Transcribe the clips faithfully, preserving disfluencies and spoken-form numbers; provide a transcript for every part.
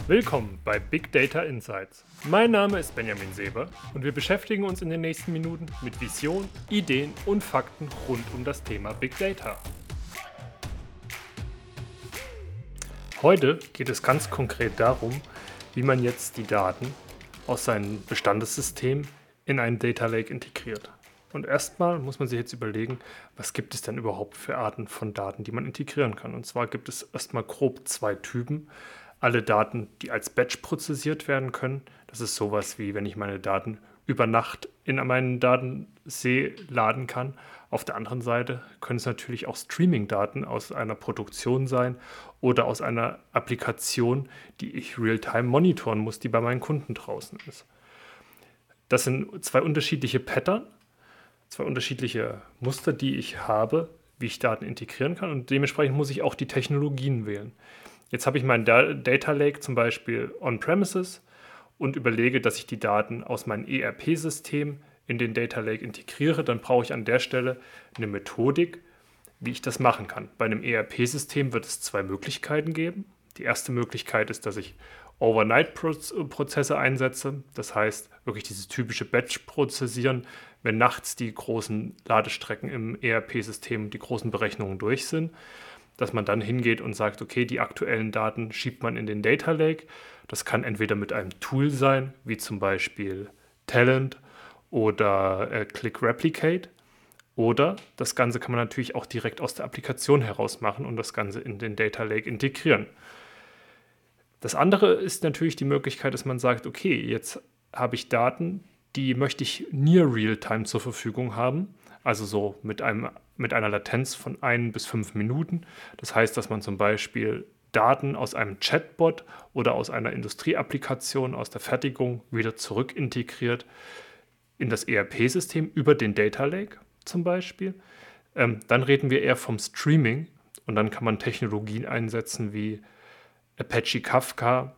Willkommen bei Big Data Insights. Mein Name ist Benjamin Seber und wir beschäftigen uns in den nächsten Minuten mit Vision, Ideen und Fakten rund um das Thema Big Data. Heute geht es ganz konkret darum, wie man jetzt die Daten aus seinem Bestandessystem in einen Data Lake integriert. Und erstmal muss man sich jetzt überlegen, was gibt es denn überhaupt für Arten von Daten, die man integrieren kann. Und zwar gibt es erstmal grob zwei Typen. Alle Daten, die als Batch prozessiert werden können. Das ist sowas wie, wenn ich meine Daten über Nacht in meinen Datensee laden kann. Auf der anderen Seite können es natürlich auch Streaming-Daten aus einer Produktion sein oder aus einer Applikation, die ich real-time monitoren muss, die bei meinen Kunden draußen ist. Das sind zwei unterschiedliche Pattern, zwei unterschiedliche Muster, die ich habe, wie ich Daten integrieren kann, und dementsprechend muss ich auch die Technologien wählen. Jetzt habe ich meinen Data Lake zum Beispiel on-premises und überlege, dass ich die Daten aus meinem E R P-System in den Data Lake integriere. Dann brauche ich an der Stelle eine Methodik, wie ich das machen kann. Bei einem E R P-System wird es zwei Möglichkeiten geben. Die erste Möglichkeit ist, dass ich Overnight-Prozesse einsetze. Das heißt, wirklich dieses typische Batch-Prozessieren, wenn nachts die großen Ladestrecken im E R P-System, die großen Berechnungen durch sind, dass man dann hingeht und sagt, okay, die aktuellen Daten schiebt man in den Data Lake. Das kann entweder mit einem Tool sein, wie zum Beispiel Talent oder äh, Click Replicate, oder das Ganze kann man natürlich auch direkt aus der Applikation heraus machen und das Ganze in den Data Lake integrieren. Das andere ist natürlich die Möglichkeit, dass man sagt, okay, jetzt habe ich Daten, die möchte ich near real-time zur Verfügung haben, also so mit, einem, mit einer Latenz von ein bis fünf Minuten. Das heißt, dass man zum Beispiel Daten aus einem Chatbot oder aus einer Industrieapplikation aus der Fertigung wieder zurück integriert in das E R P-System über den Data Lake zum Beispiel. Ähm, dann reden wir eher vom Streaming und dann kann man Technologien einsetzen wie Apache Kafka,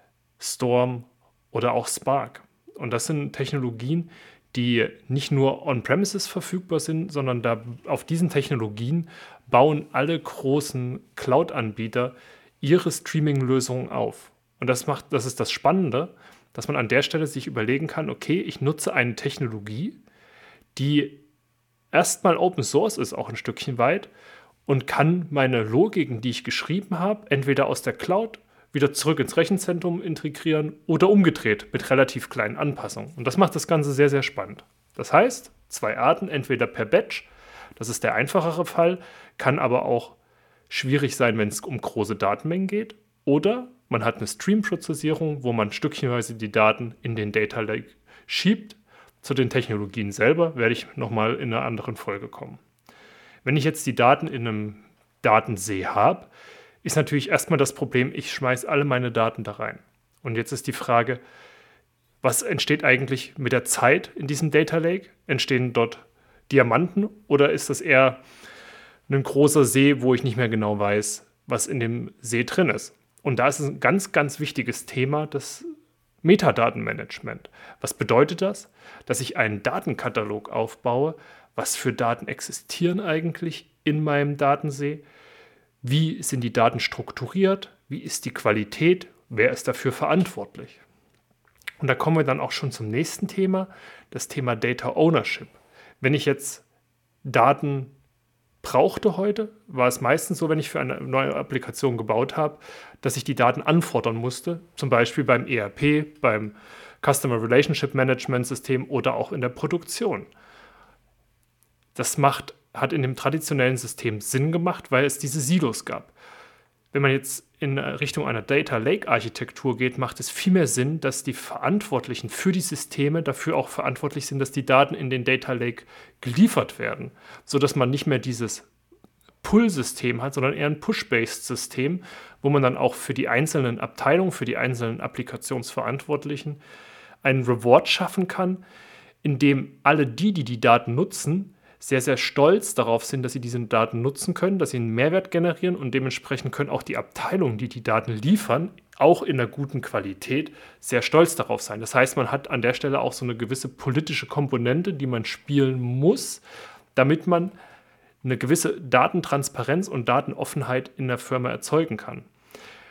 Storm oder auch Spark. Und das sind Technologien, die nicht nur on-premises verfügbar sind, sondern da auf diesen Technologien bauen alle großen Cloud-Anbieter ihre Streaming-Lösungen auf. Und das macht, das ist das Spannende, dass man an der Stelle sich überlegen kann, okay, ich nutze eine Technologie, die erstmal Open Source ist, auch ein Stückchen weit, und kann meine Logiken, die ich geschrieben habe, entweder aus der Cloud wieder zurück ins Rechenzentrum integrieren oder umgedreht mit relativ kleinen Anpassungen. Und das macht das Ganze sehr, sehr spannend. Das heißt, zwei Arten, entweder per Batch, das ist der einfachere Fall, kann aber auch schwierig sein, wenn es um große Datenmengen geht, oder man hat eine Stream-Prozessierung, wo man stückchenweise die Daten in den Data Lake schiebt. Zu den Technologien selber werde ich nochmal in einer anderen Folge kommen. Wenn ich jetzt die Daten in einem Datensee habe, ist natürlich erstmal das Problem, ich schmeiße alle meine Daten da rein. Und jetzt ist die Frage, was entsteht eigentlich mit der Zeit in diesem Data Lake? Entstehen dort Diamanten oder ist das eher ein großer See, wo ich nicht mehr genau weiß, was in dem See drin ist? Und da ist es ein ganz, ganz wichtiges Thema, das Metadatenmanagement. Was bedeutet das? Dass ich einen Datenkatalog aufbaue, was für Daten existieren eigentlich in meinem Datensee? Wie sind die Daten strukturiert? Wie ist die Qualität? Wer ist dafür verantwortlich? Und da kommen wir dann auch schon zum nächsten Thema, das Thema Data Ownership. Wenn ich jetzt Daten brauchte heute, war es meistens so, wenn ich für eine neue Applikation gebaut habe, dass ich die Daten anfordern musste, zum Beispiel beim E R P, beim Customer Relationship Management System oder auch in der Produktion. Das macht hat in dem traditionellen System Sinn gemacht, weil es diese Silos gab. Wenn man jetzt in Richtung einer Data Lake Architektur geht, macht es viel mehr Sinn, dass die Verantwortlichen für die Systeme dafür auch verantwortlich sind, dass die Daten in den Data Lake geliefert werden, sodass man nicht mehr dieses Pull-System hat, sondern eher ein Push-Based-System, wo man dann auch für die einzelnen Abteilungen, für die einzelnen Applikationsverantwortlichen einen Reward schaffen kann, in dem alle die, die die Daten nutzen, sehr, sehr stolz darauf sind, dass sie diese Daten nutzen können, dass sie einen Mehrwert generieren, und dementsprechend können auch die Abteilungen, die die Daten liefern, auch in einer guten Qualität sehr stolz darauf sein. Das heißt, man hat an der Stelle auch so eine gewisse politische Komponente, die man spielen muss, damit man eine gewisse Datentransparenz und Datenoffenheit in der Firma erzeugen kann.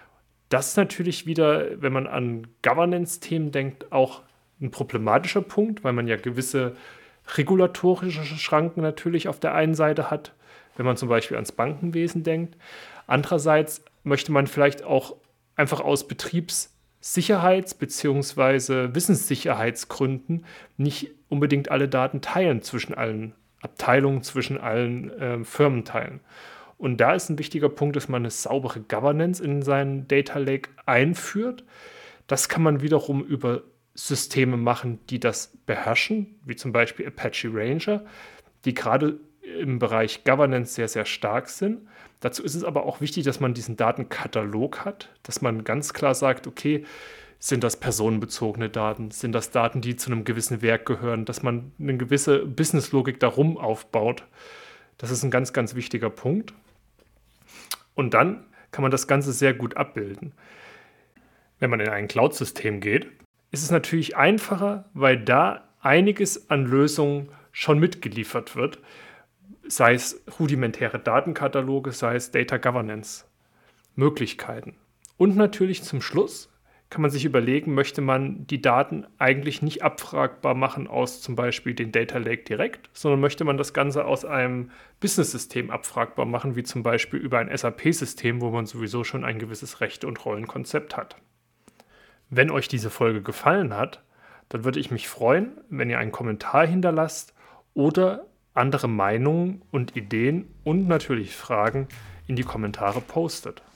Das ist natürlich wieder, wenn man an Governance-Themen denkt, auch ein problematischer Punkt, weil man ja gewisse regulatorische Schranken natürlich auf der einen Seite hat, wenn man zum Beispiel ans Bankenwesen denkt. Andererseits möchte man vielleicht auch einfach aus Betriebssicherheits- bzw. Wissenssicherheitsgründen nicht unbedingt alle Daten teilen zwischen allen Abteilungen, zwischen allen äh, Firmenteilen. Und da ist ein wichtiger Punkt, dass man eine saubere Governance in seinen Data Lake einführt. Das kann man wiederum über Systeme machen, die das beherrschen, wie zum Beispiel Apache Ranger, die gerade im Bereich Governance sehr, sehr stark sind. Dazu ist es aber auch wichtig, dass man diesen Datenkatalog hat, dass man ganz klar sagt, okay, sind das personenbezogene Daten, sind das Daten, die zu einem gewissen Werk gehören, dass man eine gewisse Businesslogik darum aufbaut. Das ist ein ganz, ganz wichtiger Punkt. Und dann kann man das Ganze sehr gut abbilden. Wenn man in ein Cloud-System geht, ist es natürlich einfacher, weil da einiges an Lösungen schon mitgeliefert wird, sei es rudimentäre Datenkataloge, sei es Data Governance Möglichkeiten. Und natürlich zum Schluss kann man sich überlegen, möchte man die Daten eigentlich nicht abfragbar machen aus zum Beispiel den Data Lake direkt, sondern möchte man das Ganze aus einem Business-System abfragbar machen, wie zum Beispiel über ein S A P-System, wo man sowieso schon ein gewisses Rechte- und Rollenkonzept hat. Wenn euch diese Folge gefallen hat, dann würde ich mich freuen, wenn ihr einen Kommentar hinterlasst oder andere Meinungen und Ideen und natürlich Fragen in die Kommentare postet.